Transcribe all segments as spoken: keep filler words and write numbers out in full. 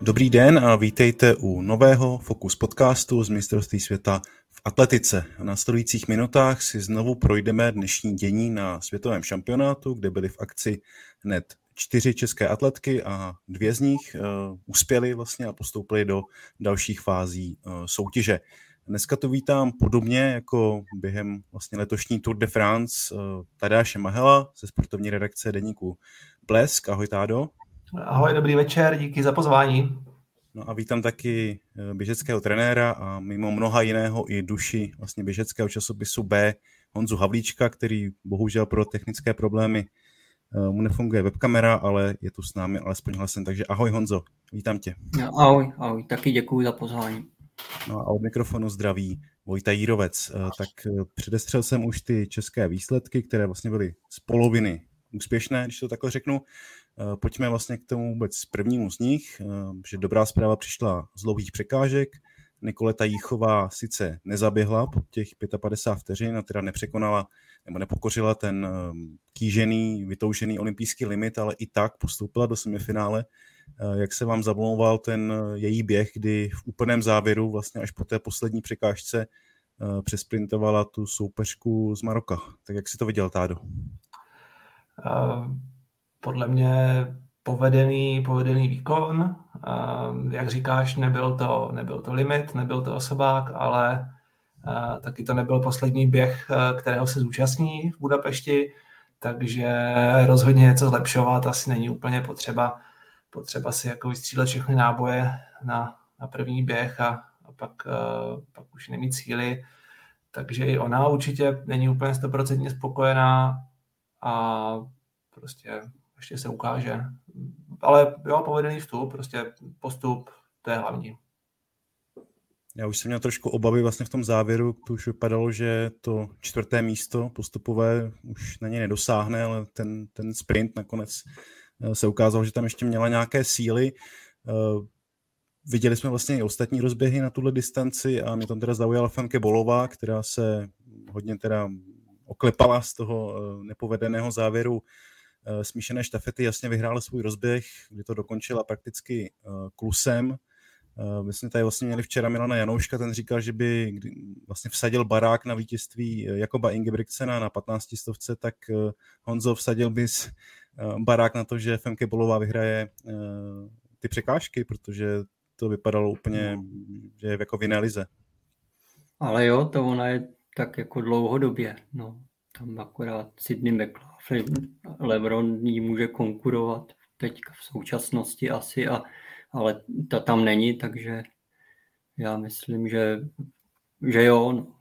Dobrý den a vítejte u nového Focus podcastu z mistrovství světa v atletice. V následujících minutách si znovu projdeme dnešní dění na světovém šampionátu, kde byly v akci hned čtyři české atletky a dvě z nich uh, uspěly vlastně a postoupily do dalších fází uh, soutěže. Dneska tu vítám podobně jako během vlastně letošní Tour de France uh, Tadeáše Mahela ze sportovní redakce deníku Blesk. Ahoj Tádo. Ahoj, dobrý večer, díky za pozvání. No a vítám taky běžeckého trenéra a mimo mnoha jiného i duši vlastně běžeckého časopisu B, Honzu Havlíčka, který bohužel pro technické problémy mu nefunguje webkamera, ale je tu s námi alespoň hlasem. Takže ahoj Honzo, vítám tě. No, ahoj, ahoj, taky děkuji za pozvání. No a od mikrofonu zdraví Vojta Jírovec. Tak předestřel jsem už ty české výsledky, které vlastně byly z poloviny úspěšné, když to takhle řeknu. Pojďme vlastně k tomu vůbec prvnímu z nich, že dobrá zpráva přišla z dlouhých překážek. Nikoleta Jíchová sice nezaběhla po těch padesát pět vteřin a teda nepřekonala nebo nepokořila ten kýžený, vytoužený olympijský limit, ale i tak postoupila do semifinále. Jak se vám zamlouval ten její běh, kdy v úplném závěru vlastně až po té poslední překážce přesprintovala tu soupeřku z Maroka. Tak jak jsi to viděl, Tádo? Uh... Podle mě povedený, povedený výkon. Jak říkáš, nebyl to, nebyl to limit, nebyl to osobák, ale taky to nebyl poslední běh, kterého se zúčastní v Budapešti, takže rozhodně něco zlepšovat asi není úplně potřeba. Potřeba si jako vystřílet všechny náboje na, na první běh a, a pak, pak už nemít síly. Takže i ona určitě není úplně stoprocentně spokojená a prostě ještě se ukáže. Ale jo, povedený vstup, prostě postup, to je hlavní. Já už jsem měl trošku obavy vlastně v tom závěru, to už vypadalo, že to čtvrté místo postupové už na něj nedosáhne, ale ten, ten sprint nakonec se ukázal, že tam ještě měla nějaké síly. Viděli jsme vlastně i ostatní rozběhy na tuhle distanci a mě tam teda zaujala Femke Bolová, která se hodně teda oklepala z toho nepovedeného závěru smíšené štafety, jasně vyhrála svůj rozběh, kdy to dokončila prakticky klusem. My jsme tady vlastně měli včera Milana Janouška, ten říkal, že by vlastně vsadil barák na vítězství Jakoba Ingebrigtsena na patnáctistovce, tak Honzo, vsadil bys barák na to, že Femke Bolová vyhraje ty překážky, protože to vypadalo úplně, že je jako v jiné lize. Ale jo, to ona je tak jako dlouhodobě, no. Tam akorát Sydney McLaughlin, LeBron jí může konkurovat teďka v současnosti asi, a, ale ta tam není, takže já myslím, že, že jo. No.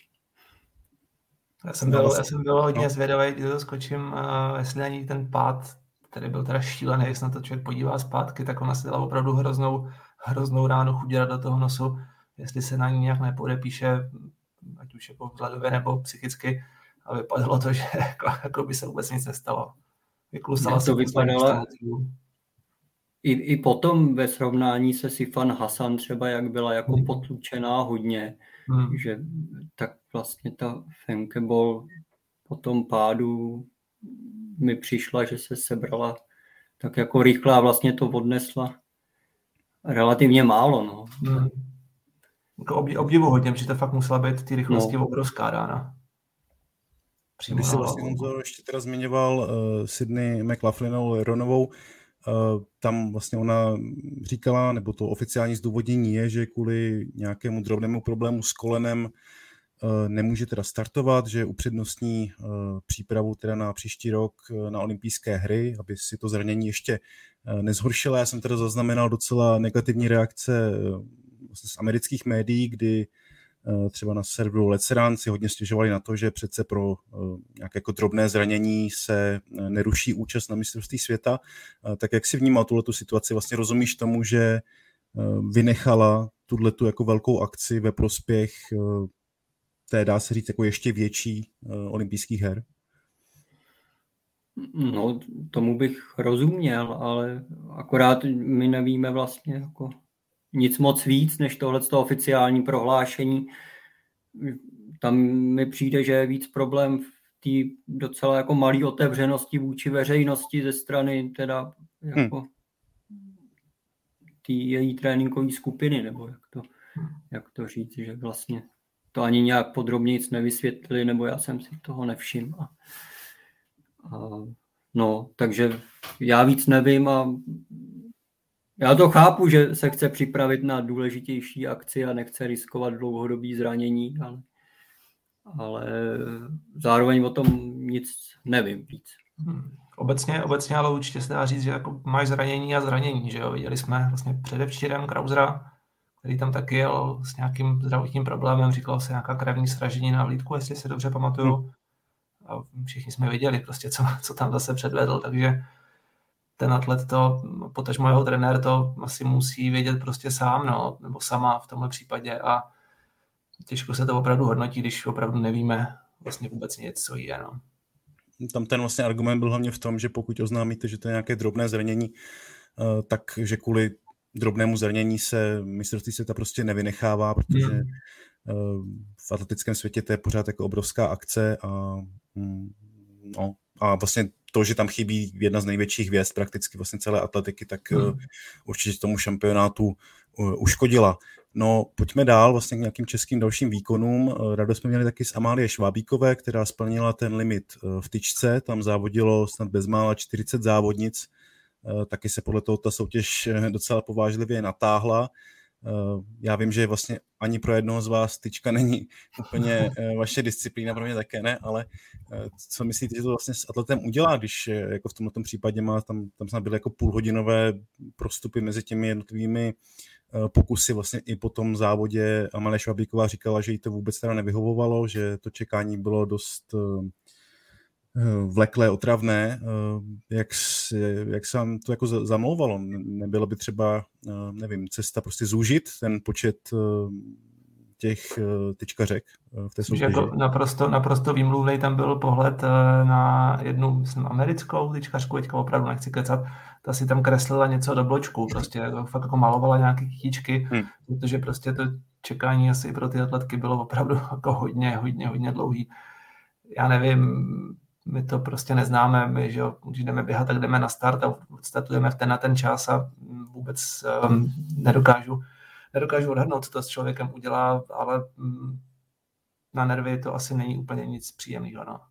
Já jsem byl, já jsem byl hodně zvědavý, když to skočím, uh, jestli ani ten pád, který byl teda šílený, jestli na to člověk podívá zpátky, tak ona si dala opravdu hroznou, hroznou ránu chuděra do toho nosu, jestli se na ní nějak nepodepíše, ať už jako vzhledově nebo psychicky. A vypadalo to, že jako, jako by se vůbec nic nestalo. Vyklusala to vypadalo i, i potom ve srovnání se Sifan Hassan třeba, jak byla jako hmm. potlučená hodně, hmm. že tak vlastně ta Femke Bol po tom pádu mi přišla, že se sebrala tak jako rychle a vlastně to odnesla relativně málo. No. Hmm. Jako obdivu hodně, že to fakt musela být ty rychlosti no. obrovská rána. Když se vlastně Honzo ještě teda zmiňoval uh, Sydney McLaughlinovou Leronovou, uh, tam vlastně ona říkala, nebo to oficiální zdůvodnění je, že kvůli nějakému drobnému problému s kolenem uh, nemůže teda startovat, že upřednostní uh, přípravu teda na příští rok uh, na olympijské hry, aby si to zranění ještě uh, nezhoršila. Já jsem teda zaznamenal docela negativní reakce uh, vlastně z amerických médií, kdy třeba na serveru Let's Run si hodně stěžovali na to, že přece pro uh, nějaké jako drobné zranění se neruší účast na mistrovství světa. Uh, tak jak si vnímal tuhletu situaci? Vlastně rozumíš tomu, že uh, vynechala tuhletu jako velkou akci ve prospěch uh, té, dá se říct, jako ještě větší uh, olympijských her? No, tomu bych rozuměl, ale akorát my nevíme vlastně jako nic moc víc, než tohleto oficiální prohlášení. Tam mi přijde, že je víc problém v té docela jako malé otevřenosti vůči veřejnosti ze strany teda jako hmm. její tréninkové skupiny, nebo jak to, jak to říct, že vlastně to ani nějak podrobně nic nevysvětlili, nebo já jsem si toho nevšiml. A, a, no, takže já víc nevím a já to chápu, že se chce připravit na důležitější akci a nechce riskovat dlouhodobý zranění, ale, ale zároveň o tom nic nevím víc. Hmm. Obecně, obecně ale určitě se dá říct, že jako máš zranění a zranění, že jo? Viděli jsme vlastně předevčírem Krausera, který tam taky jel s nějakým zdravotním problémem, říkalo se nějaká krevní sraženina v lítku, jestli si dobře pamatuju. Hmm. A všichni jsme viděli prostě, co, co tam zase předvedl, takže ten atlet to, potažmo jeho trenér to asi musí vědět prostě sám, no, nebo sama v tomhle případě a těžko se to opravdu hodnotí, když opravdu nevíme vlastně vůbec nic, co je, no. Tam ten vlastně argument byl hlavně v tom, že pokud oznámíte, že to je nějaké drobné zranění, takže kvůli drobnému zranění se mistrovství světa prostě nevynechává, protože hmm. v atletickém světě to je pořád jako obrovská akce a, no, a vlastně to, že tam chybí jedna z největších hvězd prakticky vlastně celé atletiky, tak hmm. určitě tomu šampionátu uškodila. No, pojďme dál vlastně k nějakým českým dalším výkonům. Radost jsme měli taky z Amálie Švábíkové, která splnila ten limit v tyčce, tam závodilo snad bezmála čtyřicet závodnic, taky se podle toho ta soutěž docela povážlivě natáhla. Já vím, že vlastně ani pro jednoho z vás tyčka není úplně vaše disciplína, pro mě také ne, ale co myslíte, že to vlastně s atletem udělá, když jako v tomto případě má, tam, tam snad byly jako půlhodinové prostupy mezi těmi jednotlivými pokusy vlastně i po tom závodě. Amálie Švábíková říkala, že jí to vůbec teda nevyhovovalo, že to čekání bylo dost vleklé, otravné. Jak, jak se vám to jako zamlouvalo? Nebylo by třeba, nevím, cesta prostě zúžit ten počet těch tyčkařek v té soutěži? Jako naprosto, naprosto výmluvný tam byl pohled na jednu, myslím, americkou tyčkařku, teďka opravdu nechci kecat, ta si tam kreslila něco do bločku, prostě fakt jako malovala nějaké kytičky, hmm. protože prostě to čekání asi pro ty atletky bylo opravdu jako hodně, hodně, hodně dlouhý. Já nevím, my to prostě neznáme, my, že jo, když jdeme běhat, tak jdeme na start a startujeme v ten na ten čas a vůbec um, nedokážu, nedokážu odhadnout, co to s člověkem udělá, ale um, na nervy to asi není úplně nic příjemného, no.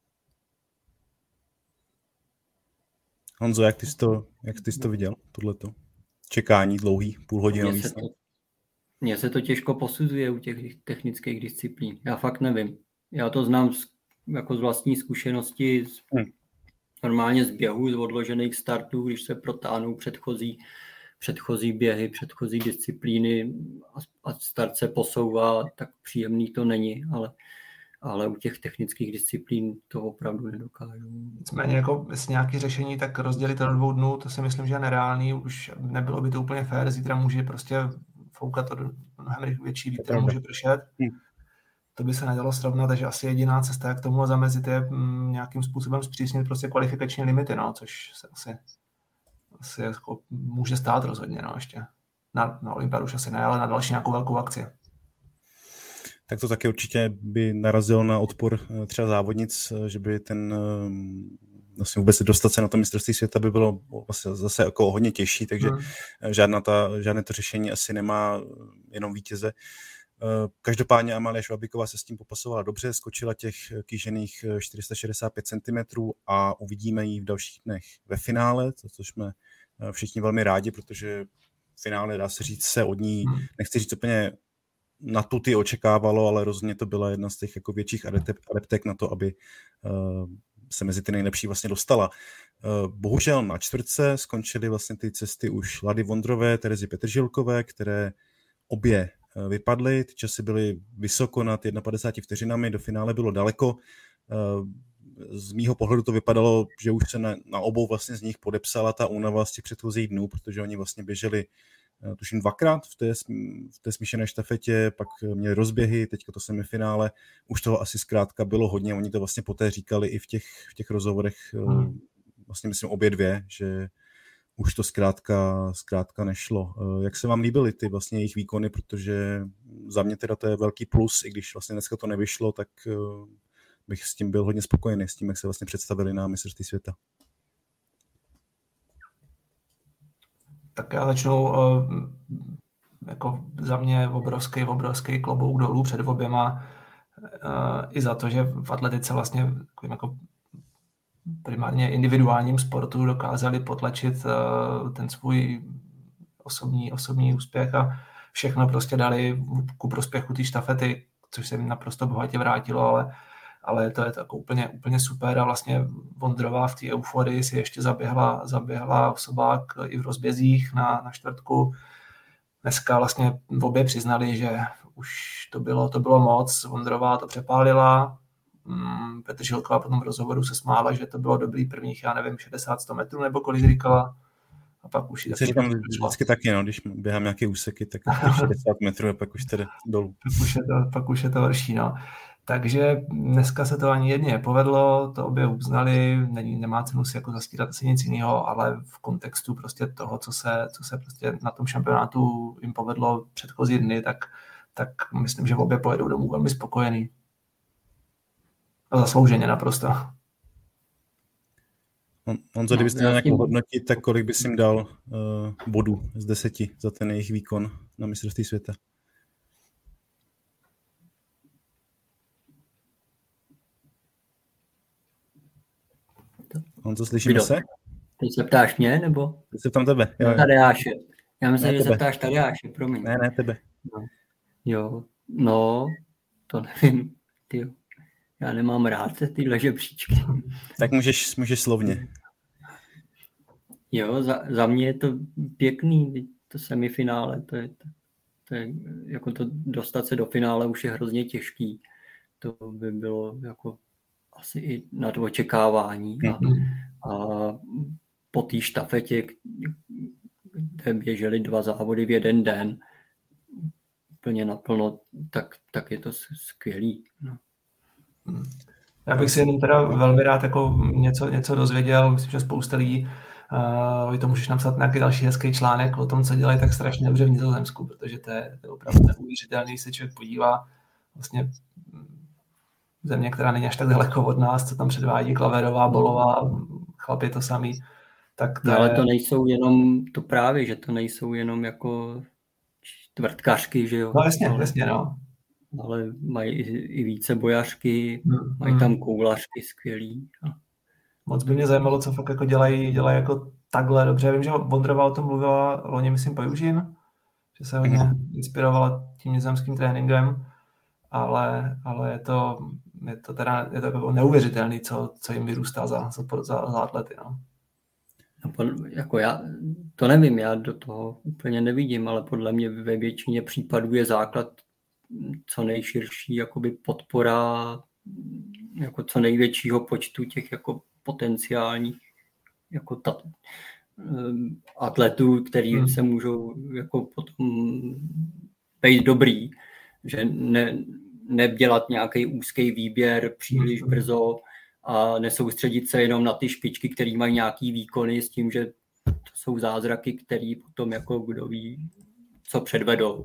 Honzo, jak ty jsi to, jak ty jsi to viděl, tohleto čekání dlouhý, půlhodinový? Mně se, mně se to těžko posuzuje u těch technických disciplín. Já fakt nevím. Já to znám z, jako z vlastní zkušenosti, z, hmm. normálně z běhů, z odložených startů, když se protáhnou předchozí, předchozí běhy, předchozí disciplíny a, a start se posouvá, tak příjemný to není, ale ale u těch technických disciplín to opravdu nedokážu. Nicméně jako s nějaký řešení, tak rozdělit do dvou dnů, to si myslím, že je nereálný, už nebylo by to úplně fér, zítra může prostě foukat od mnohem větší vítr, může pršet. Hmm. To by se nedalo srovnat, takže asi jediná cesta, jak tomu zamezit, je mm, nějakým způsobem zpřísnit prostě kvalifikační limity, no, což se asi, asi jako může stát rozhodně, no, ještě. Na, na Olympiádu už asi ne, ale na další nějakou velkou akci. Tak to taky určitě by narazilo na odpor třeba závodnic, že by ten vlastně vůbec dostat se na to mistrovství světa by bylo vlastně zase jako hodně těžší, takže hmm. žádná ta, žádné to řešení asi nemá jenom vítěze. Každopádně Amálie Švábíková se s tím popasovala dobře, skočila těch kýžených čtyři sta šedesát pět centimetrů a uvidíme ji v dalších dnech ve finále, což jsme všichni velmi rádi, protože v finále, dá se říct, se od ní, nechci říct úplně na tu ty očekávalo, ale rozhodně to byla jedna z těch jako větších adeptek na to, aby uh, se mezi ty nejlepší vlastně dostala. Uh, bohužel na čtvrtce skončily vlastně ty cesty už Lady Vondrové, Terezy Petržilkové, které obě uh, vypadly, ty časy byly vysoko nad padesát jedna vteřinami, do finále bylo daleko. Uh, z mýho pohledu to vypadalo, že už se na, na obou vlastně z nich podepsala ta únava z těch předchozích dnů, protože oni vlastně běželi tuším dvakrát v té, v té smíšené štafetě, pak měli rozběhy, teďka to semifinále, už toho asi zkrátka bylo hodně, oni to vlastně poté říkali i v těch, v těch rozhovorech, hmm. vlastně myslím obě dvě, že už to zkrátka, zkrátka nešlo. Jak se vám líbily ty vlastně jejich výkony, protože za mě teda to je velký plus, i když vlastně dneska to nevyšlo, tak bych s tím byl hodně spokojený, s tím, jak se vlastně představili na mistrovství světa. Tak já začnu jako za mě obrovský, obrovský klobouk dolů před oběma i za to, že v atletice vlastně jako primárně individuálním sportu dokázali potlačit ten svůj osobní, osobní úspěch a všechno prostě dali ku prospěchu té štafety, což se jim naprosto bohatě vrátilo, ale, ale to je tak úplně, úplně super a vlastně Vondrová v té euforii si ještě zaběhla, zaběhla osobák i v rozbězích na, na čtvrtku. Dneska vlastně obě přiznali, že už to bylo, to bylo moc, Vondrová to přepálila, Petr Žilková potom v rozhovoru se smála, že to bylo dobrý prvních, já nevím, šedesát sto metrů nebo kolik říkala. A pak už ji taky říkám vždycky taky, no, když běhám nějaké úseky, tak šedesát metrů a pak už tedy dolů. Pak už je to, pak už je to horší, no. Takže dneska se to ani jedně nepovedlo, to obě uznali, není, nemá cenu si jako zastírat asi nic jiného, ale v kontextu prostě toho, co se, co se prostě na tom šampionátu jim povedlo předchozí dny, tak, tak myslím, že obě pojedou domů velmi spokojený. A zaslouženě naprosto. Honzo, kdybyste měl nějakou hodnotit, tak kolik bys jim dal uh, bodů z deseti za ten jejich výkon na mistrovství světa? Honzo, slyšíme Kdo? se? Teď se ptáš mě, nebo? Teď se ptám tebe. Jo, jo. Tadeáše. Já myslím, ne, že tebe. Se ptáš Tadeáše, promiň. Ne, ne, tebe. No. Jo, no, to nevím, tyjo. Já nemám rád tyhle žebříčky. Tak můžeš, můžeš slovně. Jo, za, za mě je to pěkný, to semifinále, to je, to, to je, jako to dostat se do finále už je hrozně těžký. To by bylo jako asi i nad očekávání. A, a po té štafetě, kde běželi dva závody v jeden den, úplně naplno, tak, tak je to skvělý. No. Já bych si jenom teda velmi rád jako něco, něco dozvěděl, myslím, že spousta lidí, uh, vy to můžeš napsat nějaký další hezký článek o tom, co dělají tak strašně dobře v Nizozemsku, protože to je, to je opravdu neuvěřitelný, když se člověk podívá, vlastně země, která není až tak daleko od nás, co tam předvádí Klaverová, Bolová, chlapi to samý. Tak to no, ale je... to nejsou jenom, to právě, že to nejsou jenom jako čtvrtkařky, že jo? No jasně, ale... jasně, no. Ale mají i více bojařky, hmm. mají tam koulařky skvělý. Moc by mě zajímalo, co fakt jako dělají, dělají jako takhle dobře. Vím, že Vondrová o tom mluvila loni, myslím, po Južin, že se hodně inspirovala tím nizozemským tréninkem, ale, ale je to, je to teda je to jako neuvěřitelný, co, co jim vyrůstá za, za, za, za atlety. No. No, jako já to nevím, já do toho úplně nevidím, ale podle mě ve většině případů je základ co nejširší jakoby podpora jako co největšího počtu těch jako potenciálních jako ta, atletů, který hmm. se můžou jako potom být dobrý, že ne, nedělat nějaký úzký výběr příliš hmm. brzo a nesoustředit se jenom na ty špičky, které mají nějaký výkony s tím, že to jsou zázraky, které potom jako kdo ví, co předvedou.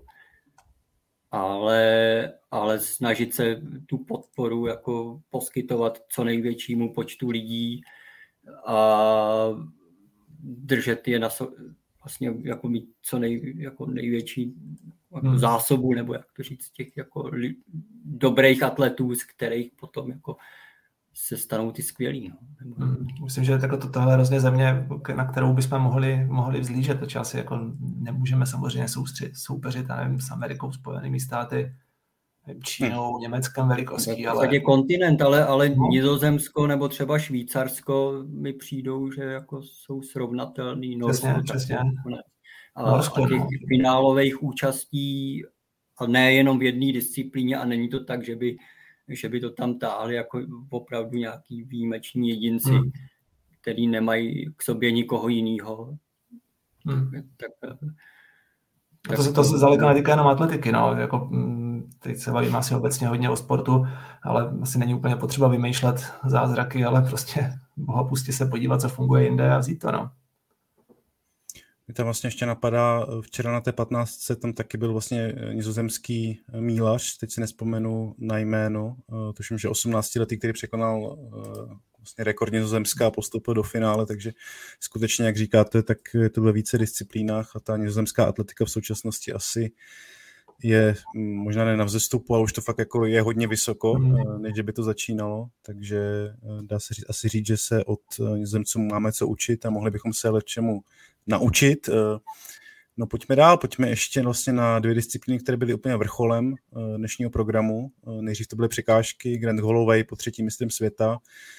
Ale, ale snažit se tu podporu jako poskytovat co největšímu počtu lidí a držet je na so, vlastně jako mít co nej, jako největší jako hmm. zásobu, nebo jak to říct, těch jako li, dobrých atletů, z kterých potom jako se stanou ty skvělí. No. Hmm. Myslím, že jako to, tohle hrozně země, na kterou bychom mohli, mohli vzlížet, protože asi jako nemůžeme samozřejmě soustřed, soupeřit, já nevím, s Amerikou, Spojenými státy, Čínou, hmm. Německem velikostí. Ale... To je kontinent, ale, ale no. Nizozemsko nebo třeba Švýcarsko mi přijdou, že jako jsou srovnatelný. Přesně, přesně. A, a těch finálových účastí, a nejenom v jedné disciplíně, a není to tak, že by že by to tam táhli jako opravdu nějaký výjimeční jedinci, hmm. který nemají k sobě nikoho jiného. Hmm. Tak, tak to se to zdaleka netýká jenom atletiky. No. Jako, teď se bavíme asi obecně hodně o sportu, ale asi není úplně potřeba vymýšlet zázraky, ale prostě bohapustě se podívat, co funguje jinde a vzít to. No. Mě tam vlastně ještě napadá, včera na té patnáctce tam taky byl vlastně nizozemský mílař, teď si nespomenu na jméno, tuším, že osmnáctiletý, který překonal vlastně rekordně nizozemská postupuje do finále, takže skutečně, jak říkáte, tak je to ve více disciplínách a ta nizozemská atletika v současnosti asi je možná ne na vzestupu, ale už to fakt jako je hodně vysoko, než by to začínalo, takže dá se říct, asi říct, že se od Nizozemců máme co učit a mohli bychom se čemu naučit. No pojďme dál, pojďme ještě vlastně na dvě disciplíny, které byly úplně vrcholem dnešního programu. Nejdřív to byly překážky, Grant Holloway po třetím mistrem světa,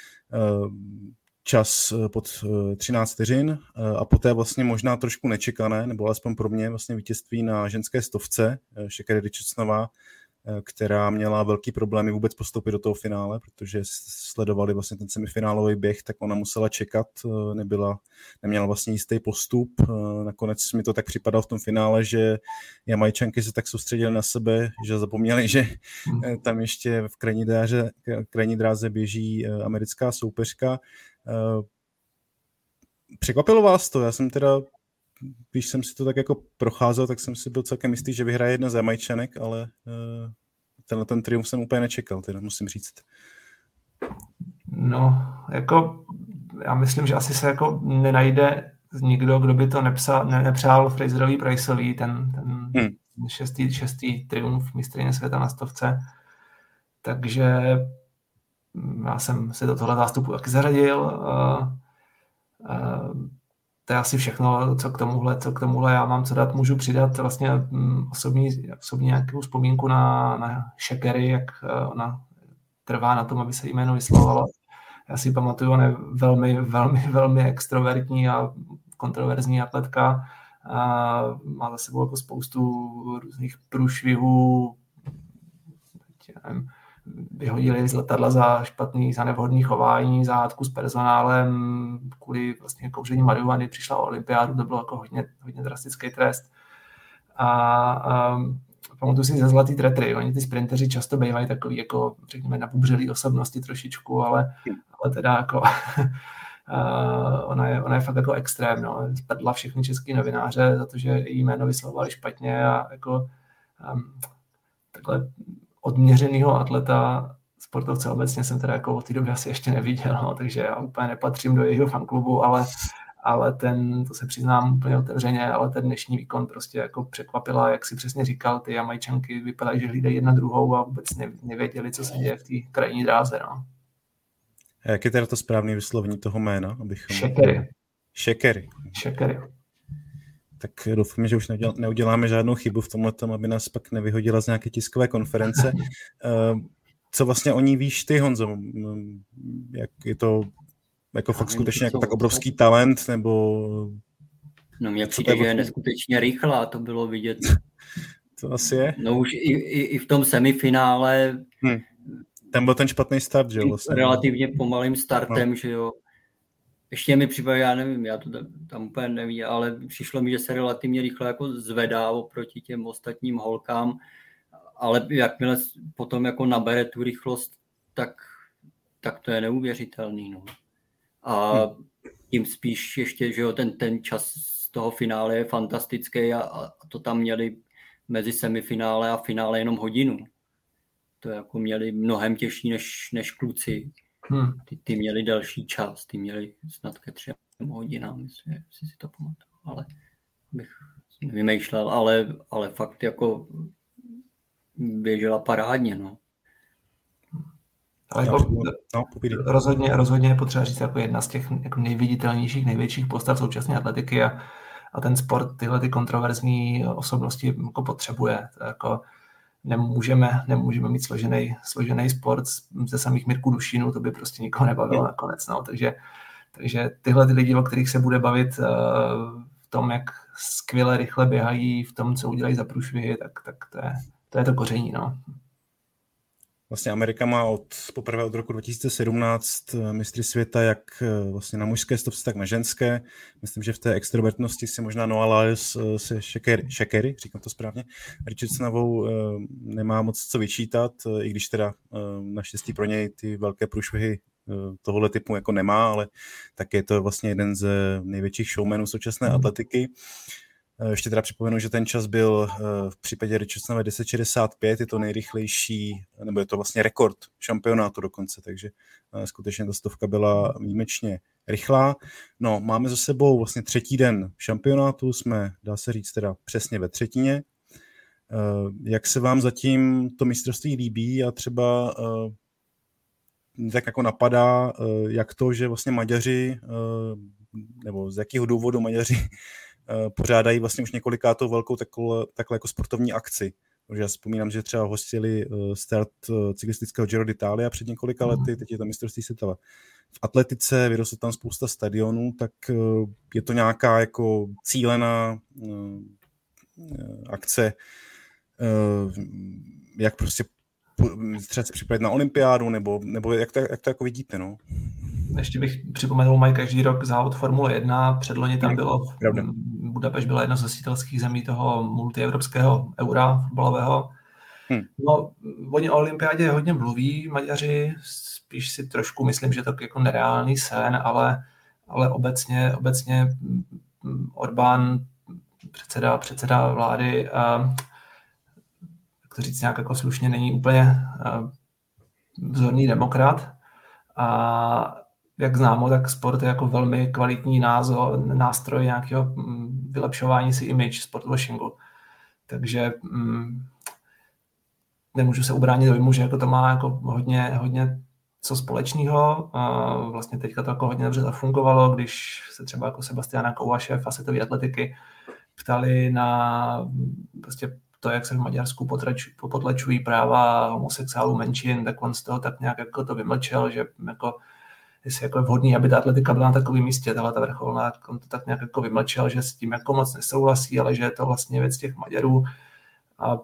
čas pod třináct vteřin a poté vlastně možná trošku nečekané, nebo alespoň pro mě vlastně vítězství na ženské stovce, Sha'Carri Richardsonová, která měla velký problémy vůbec postoupit do toho finále, protože sledovali vlastně ten semifinálový běh, tak ona musela čekat, nebyla, neměla vlastně jistý postup. Nakonec mi to tak připadalo v tom finále, že Jamajčanky se tak soustředili na sebe, že zapomněli, že tam ještě v krajní dráze, krajní dráze běží americká soupeřka. Překvapilo vás to? Já jsem teda, když jsem si to tak jako procházel, tak jsem si byl celkem jistý, že vyhraje jedna z Jamajčanek, ale tenhle ten triumf jsem úplně nečekal, teda musím říct. No, jako já myslím, že asi se jako nenajde nikdo, kdo by to nepsal, ne, nepřál Fraserovi Priceovi, ten, ten hmm. šestý, šestý triumf mistryně světa na stovce. Takže já jsem se do tohle zástupu taky zařadil. Uh, uh, To je asi všechno, co k tomuhle, co k tomuhle já mám co dát. Můžu přidat vlastně osobní, osobní nějakou vzpomínku na, na Sha'Carri, jak ona trvá na tom, aby se jméno vyslovalo. Já si pamatuju, ona je velmi, velmi, velmi extrovertní a kontroverzní atletka. A má za sebou jako spoustu různých průšvihů. Nevím, vyhodili z letadla za špatný, za nevhodný chování, za hádku s personálem, kvůli vlastně kouření marihuany přišla o olympiádu, to bylo jako hodně, hodně drastický trest. A, a pamatuju si ze zlatý tretry, oni ty sprinteři často bývají takový jako, řekněme, nabubřelý osobnosti trošičku, ale, ale teda jako ona, je, ona je fakt jako extrém, no. Spadla všechny český novináře za to, že její jméno vyslovovali špatně a jako um, takhle odměřenýho atleta, sportovce obecně jsem teda jako od té doby asi ještě neviděl, no, takže já úplně nepatřím do jejího fanklubu, ale, ale ten, to se přiznám úplně otevřeně, ale ten dnešní výkon prostě jako překvapila, jak si přesně říkal, ty Jamajčanky vypadají, že hlídají jedna druhou a vůbec nevěděli, co se děje v té krajní dráze, no. A jak je teda to správné vyslovení toho jména? Abychom... Sha'Carri. Sha'Carri. Sha'Carri. Tak doufám, že už neuděláme žádnou chybu v tomhletom, aby nás pak nevyhodila z nějaké tiskové konference. Co vlastně o ní víš ty, Honzo? Jak je to jako fakt skutečně jako tak obrovský talent, nebo... No mně přijde, že je neskutečně rychlá, to bylo vidět. To asi je. No už i, i, i v tom semifinále... Hmm. Tam byl ten špatný start, že jo? Vlastně. Relativně pomalým startem, no. Že jo. Ještě mi připadá, já nevím, já to tam úplně nevím, ale přišlo mi, že se relativně rychle jako zvedá oproti těm ostatním holkám, ale jakmile potom jako nabere tu rychlost, tak, tak to je neuvěřitelný. No. A tím spíš ještě, že jo, ten, ten čas z toho finále je fantastický a, a to tam měli mezi semifinále a finále jenom hodinu. To jako měli mnohem těžší než, než kluci. Hmm. Ty, ty měli další čas, ty měli snad ke třem hodinám, myslím, jestli si to pamatuju, ale bych nevymýšlel, ale, ale fakt jako běžela parádně, no. Ale jako, no, rozhodně, rozhodně je potřeba říct jako jedna z těch jako nejviditelnějších, největších postav současné atletiky a, a ten sport tyhle ty kontroverzní osobnosti jako potřebuje. To jako Nemůžeme, nemůžeme mít složený, složený sport ze samých Mirků Dušínů, to by prostě nikoho nebavilo nakonec. No. Takže, takže tyhle ty lidi, o kterých se bude bavit uh, v tom, jak skvěle rychle běhají, v tom, co udělají za průšvihy, tak, tak to, je, to je to koření. No. Vlastně Amerika má od, poprvé od roku dva tisíce sedmnáct mistry světa jak vlastně na mužské stovce, tak na ženské. Myslím, že v té extrovertnosti si možná Noah Lyles se Sha'Carri, říkám to správně, Richardsonovou nemá moc co vyčítat, i když teda naštěstí pro něj ty velké průšvihy tohohle typu jako nemá, ale tak je to vlastně jeden z největších showmanů současné atletiky. Ještě teda připomenu, že ten čas byl v případě Richardsonové deset šedesát pět, je to nejrychlejší, nebo je to vlastně rekord šampionátu dokonce, takže skutečně ta stovka byla výjimečně rychlá. No, máme za sebou vlastně třetí den šampionátu, jsme, dá se říct, teda přesně ve třetině. Jak se vám zatím to mistrovství líbí a třeba tak jako napadá, jak to, že vlastně Maďaři, nebo z jakého důvodu Maďaři pořádají vlastně už několikátou velkou takhle, takhle jako sportovní akci. Takže já vzpomínám, že třeba hostili start cyklistického Giro d'Italia před několika lety, teď je to mistrovství světa v atletice, vyrostlo tam spousta stadionů, tak je to nějaká jako cílená akce, jak prostě třeba se připravit na olympiádu, nebo, nebo jak, to, jak to jako vidíte, no? Ještě bych připomenul, mají každý rok závod Formule jedna, předloni tam bylo, Pravda. Budapešť byla jedna z hostitelských zemí toho multievropského eura fotbalového. Hmm. No, oni o olympiádě hodně mluví, Maďaři, spíš si trošku myslím, že to je jako nereálný sen, ale, ale obecně, obecně Orbán, předseda, předseda vlády, a, jak to říct nějak jako slušně, není úplně a, vzorný demokrat. A jak známo, tak sport je jako velmi kvalitní názor, nástroj nějakého vylepšování si image sportwashingu. Takže mm, nemůžu se ubránit dojmu, že jako to má jako hodně, hodně co společného. A vlastně teďka to jako hodně dobře zafungovalo, když se třeba jako Sebastiana Kouvaše, fasetové atletiky, ptali na prostě to, jak se v Maďarsku potlačují práva homosexuálů menšin, tak on z toho tak nějak jako to vymlčel, že jako, jestli jako je vhodný, aby ta atletika byla na takovém místě, tahle ta vrcholná, on to tak nějak jako vymlčel, že s tím jako moc nesouhlasí, ale že je to vlastně věc těch Maďarů. A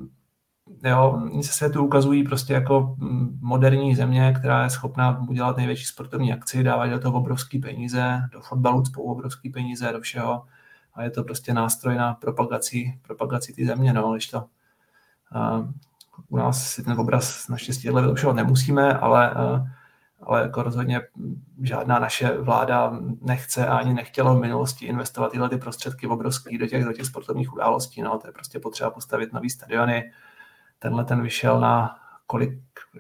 jo, oni se světu ukazují prostě jako moderní země, která je schopná udělat největší sportovní akci, dávat do toho obrovský peníze, do fotbalu spou obrovský peníze, do všeho. A je to prostě nástroj na propagaci, propagaci té země, no, když to uh, u nás si ten obraz naštěstí vylepšovat nemusíme, ale, uh, ale jako rozhodně žádná naše vláda nechce a ani nechtěla v minulosti investovat tyhle ty prostředky obrovský do těch, do těch sportovních událostí, no, to je prostě potřeba postavit nový stadiony. Tenhle ten vyšel na kolik?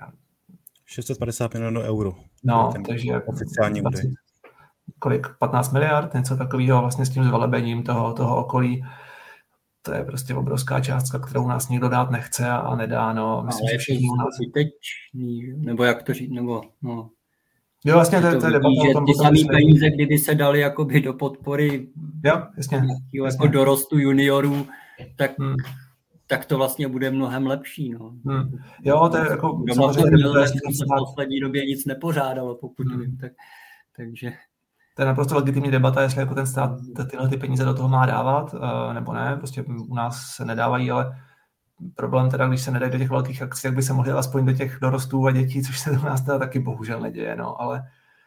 šest set padesát milionů euro. No, takže oficiální údaj. Kolik? patnáct miliard, něco takového vlastně s tím zvelebením toho, toho okolí. To je prostě obrovská částka, kterou nás nikdo dát nechce a, a nedá. No. Myslím, ale že všichni nás... zbytečný, nebo jak to říct, nebo no. Jo, vlastně to, to, to je debata o tom, ty samý peníze, kdyby se dali jakoby do podpory jo, jasně, jako dorostu juniorů, tak hmm. tak to vlastně bude mnohem lepší. No. Hmm. Jo, to je jako... Samozřejmě se v poslední době nic nepořádalo, pokud hmm. vím, tak, takže... To je naprosto legitimní debata, jestli jako ten stát tyhle ty peníze do toho má dávat, nebo ne, prostě u nás se nedávají, ale problém teda, když se nedají do těch velkých akcí, tak by se mohli aspoň do těch dorostů a dětí, což se u nás teda taky bohužel neděje, no, ale,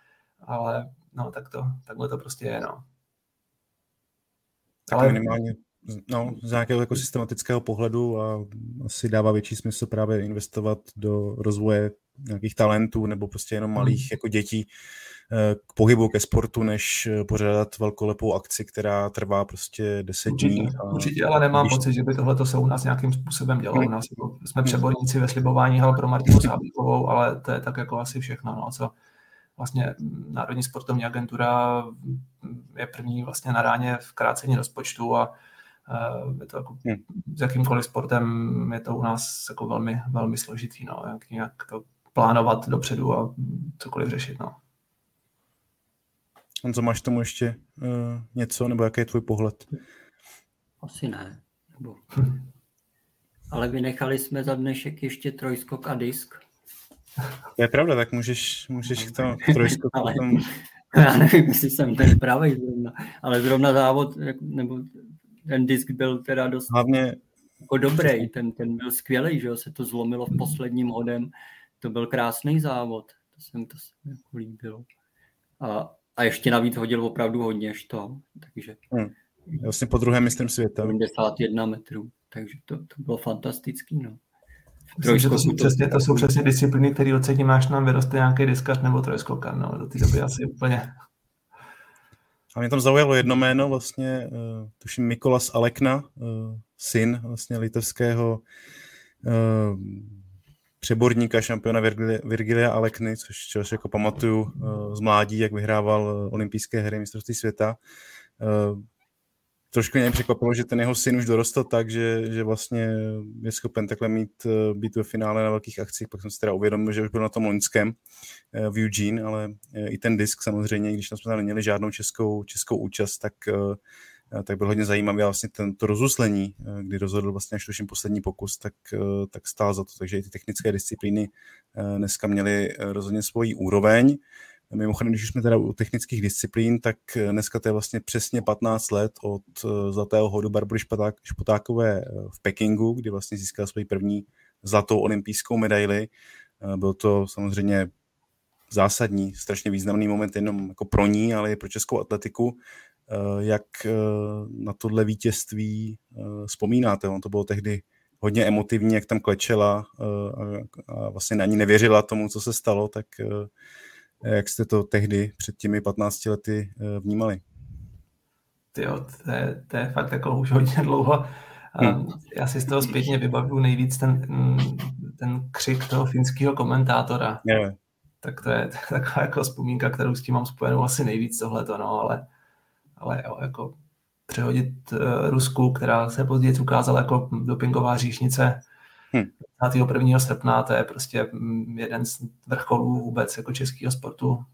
ale no, tak to, takhle to prostě je, no. Tak ale... minimálně no, z nějakého jako systematického pohledu a asi dává větší smysl právě investovat do rozvoje nějakých talentů nebo prostě jenom malých hmm. jako dětí k pohybu, ke sportu, než pořádat velkolepou akci, která trvá prostě deset dní. A určitě, ale nemám když... pocit, že by tohle se u nás nějakým způsobem dělalo. U nás jako, jsme přeborníci ve slibování hal pro Martinu Sáblíkovou, ale to je tak jako asi všechno. No, co vlastně Národní sportovní agentura je první vlastně na ráně v krácení rozpočtu a je to jako, hmm. s jakýmkoliv sportem je to u nás jako velmi, velmi složitý, no, jak nějak to plánovat dopředu a cokoliv řešit, no. Honzo, máš tomu ještě uh, něco, nebo jaký je tvůj pohled? Asi ne. Nebo... Ale vynechali jsme za dnešek ještě trojskok a disk. Je pravda, tak můžeš, můžeš k tomu trojskok. Ale, tom... Já nevím, jestli jsem ten pravý zrovna, ale zrovna závod, nebo ten disk byl teda dost hlavně jako dobrý, ten, ten byl skvělý, že jo, se to zlomilo v posledním hodem, to byl krásný závod, to se mi to jako líbilo. A A ještě navíc hodil opravdu hodně što, takže... Hmm. Vlastně po druhém mistrem světa. sedmdesát jedna metrů, takže to, to bylo fantastický, no. Myslím, že to jsou, přesně, to jsou přesně disciplíny, které ocením, až nám vyroste nějaký diskař nebo trojskokan, no, do té doby asi úplně... A mě tam zaujalo jedno jméno, vlastně, uh, tuším Mikolas Alekna, uh, syn vlastně litevského uh, přeborníka, šampiona Virgilia, Virgilia Alekny, což, což jako pamatuju uh, z mládí, jak vyhrával olympijské hry, mistrovství světa. Uh, trošku mě překvapilo, že ten jeho syn už dorostl tak, že, že vlastně je schopen takhle mít, být ve finále na velkých akcích. Pak jsem si teda uvědomil, že už byl na tom loňském v Eugene, ale i ten disk samozřejmě, když tam jsme tam neměli žádnou českou, českou účast, tak, tak byl hodně zajímavý a vlastně tento rozuslení, kdy rozhodl vlastně až tuším poslední pokus, tak, tak stál za to. Takže i ty technické disciplíny dneska měly rozhodně svoji úroveň. Mimochodem, když už jsme teda u technických disciplín, tak dneska to je vlastně přesně patnáct let od zlatého hodu Barbory Špotákové v Pekingu, kdy vlastně získala svoji první zlatou olympijskou medaili. Byl to samozřejmě zásadní, strašně významný moment jenom jako pro ní, ale i pro českou atletiku. Jak na tohle vítězství vzpomínáte? On to bylo tehdy hodně emotivní, jak tam klečela a vlastně na ní nevěřila tomu, co se stalo, tak jak jste to tehdy před těmi patnácti lety vnímali? Tyjo, to je, to je fakt jako už hodně dlouho. Hmm. Já si z toho zpětně vybavuju nejvíc ten, ten křik toho finského komentátora. Yeah. Tak to je, to je taková jako vzpomínka, kterou s tím mám spojenou asi nejvíc tohleto, no, ale, ale jo, jako přehodit uh, Rusku, která se později ukázala jako dopingová říšnice, Hmm. dvacátého prvního srpna, to je prostě jeden z vrcholů vůbec jako českého sportu.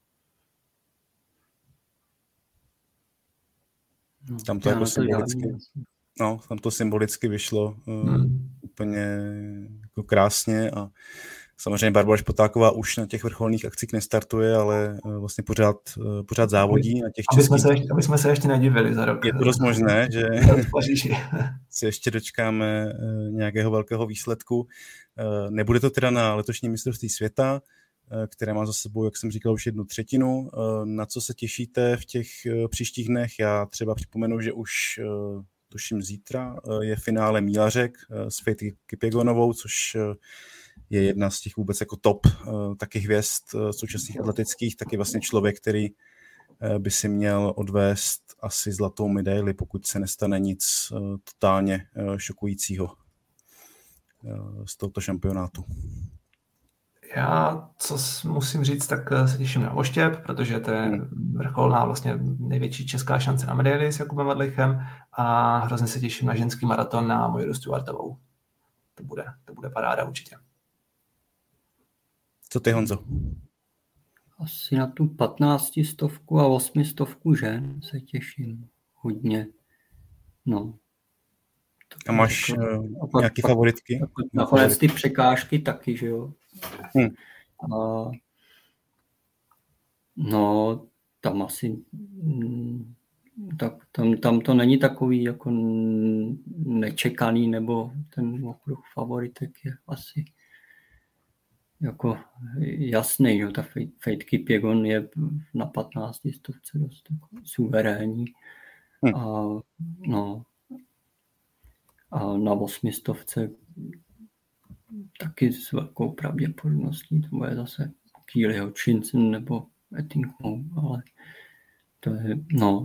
Tam to, jako symbolicky, no, tam to symbolicky vyšlo hmm. uh, úplně jako krásně a samozřejmě Barbora Špotáková už na těch vrcholných akcích nestartuje, ale uh, vlastně pořád, uh, pořád závodí na těch českých. Aby jsme se ještě, aby jsme se ještě nedivili za rok. Je to dost možné, že si ještě dočkáme uh, nějakého velkého výsledku. Uh, nebude to teda na letošní mistrovství světa, uh, které má za sebou, jak jsem říkal, už jednu třetinu. Uh, na co se těšíte v těch uh, příštích dnech? Já třeba připomenu, že už uh, tuším zítra uh, je finále mílařek uh, s Faith Kipyegonovou, což uh, je jedna z těch vůbec jako top uh, taky hvězd uh, současných atletických, taky vlastně člověk, který uh, by si měl odvést asi zlatou medaili, pokud se nestane nic uh, totálně uh, šokujícího uh, z tohoto šampionátu. Já, co musím říct, tak se těším na oštěp, protože to je vrcholná vlastně největší česká šance na medaili s Jakubem Vadlichem a hrozně se těším na ženský maraton na Mojiru Stuartovou. To bude, to bude paráda určitě. Co ty, Honzo? Asi na tu patnáctistovku a osmistovku žen se těším hodně. No. A máš jako, uh, nějaký pak, favoritky? Nakonec ty překážky taky, že jo. Hmm. A, no, tam asi tak, tam, tam to není takový jako nečekaný, nebo ten okruh favoritek je asi jako jasný, jo, ta Faith Kipyegon je na patnácti stovce dost jako suverénní. Hmm. A no a na osmistovce taky s velkou pravděpodobností to bude zase Keely Hutchinson nebo Ettinghoe, ale to je, no.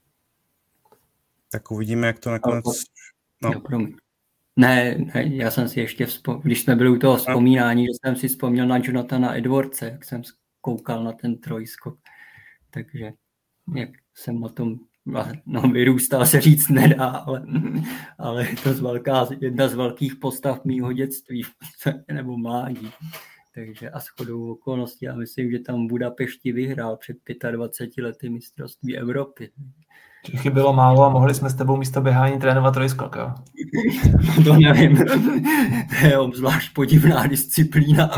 Tak uvidíme, jak to nakonec... No. Jo, ne, ne, já jsem si ještě vzpomněl, když jsme byli u toho vzpomínání, že jsem si vzpomněl na Jonathana Edwardse, jak jsem koukal na ten trojskok, takže jak jsem na tom, no vyrůstal se říct nedá, ale, ale je to z velká, jedna z velkých postav mýho dětství nebo mládí. Takže a shodou okolností, já myslím, že tam v Budapešti vyhrál před dvaceti pěti lety mistrovství Evropy. Chybilo málo a mohli jsme s tebou místo běhání trénovat trojskok, jo? No to nevím. To je obzvlášť podivná disciplína.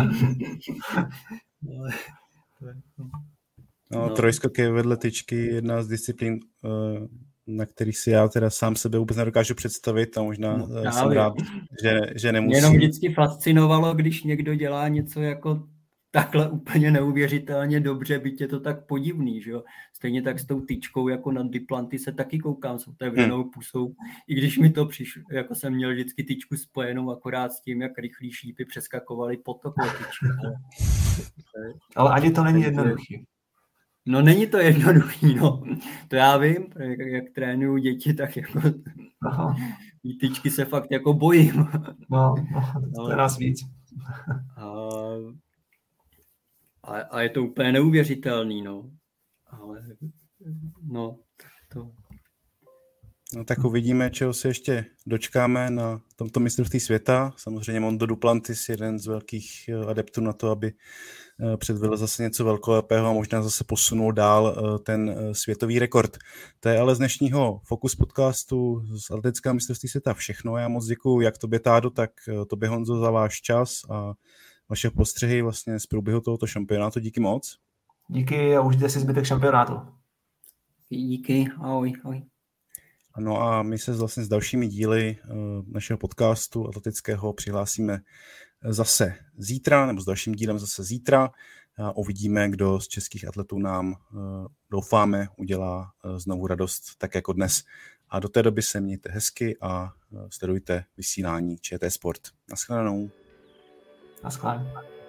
No, trojskok je vedle tyčky jedna z disciplín, na kterých si já teda sám sebe vůbec nedokážu představit a možná no, jsem rád, že, že nemusím. Mě jenom vždycky fascinovalo, když někdo dělá něco jako takhle úplně neuvěřitelně dobře, byť je to tak podivný, že jo. Stejně tak s tou tyčkou jako na Duplanty se taky koukám s otevřenou hmm. pusou, i když mi to přišlo, jako jsem měl vždycky tyčku spojenou akorát s tím, jak rychlí šípy přeskakovaly pod to tyčky. Ale ani to není jednoduchý. No není to jednoduchý, no. To já vím, jak, jak trénuju děti, tak jako výtyčky se fakt jako bojím. No, no to je nás víc. A, a, a je to úplně neuvěřitelný, no. Ale no, to... No tak uvidíme, čeho se ještě dočkáme na tomto mistrovství světa. Samozřejmě Mondo Duplantis, jeden z velkých adeptů na to, aby předvedl zase něco velkolepého a možná zase posunul dál ten světový rekord. To je ale z dnešního Focus podcastu z atletického mistrovství světa všechno. Já moc děkuju jak tobě, Tádo, tak tobě, Honzo, za váš čas a vaše postřehy vlastně z průběhu tohoto šampionátu. Díky moc. Díky a užijte si zbytek šampionátu. Díky, ahoj, ahoj. No a my se vlastně s dalšími díly našeho podcastu atletického přihlásíme zase zítra, nebo s dalším dílem zase zítra. A uvidíme, kdo z českých atletů nám, doufáme, udělá znovu radost, tak jako dnes. A do té doby se mějte hezky a sledujte vysílání ČT Sport. Naschledanou. Naschledanou.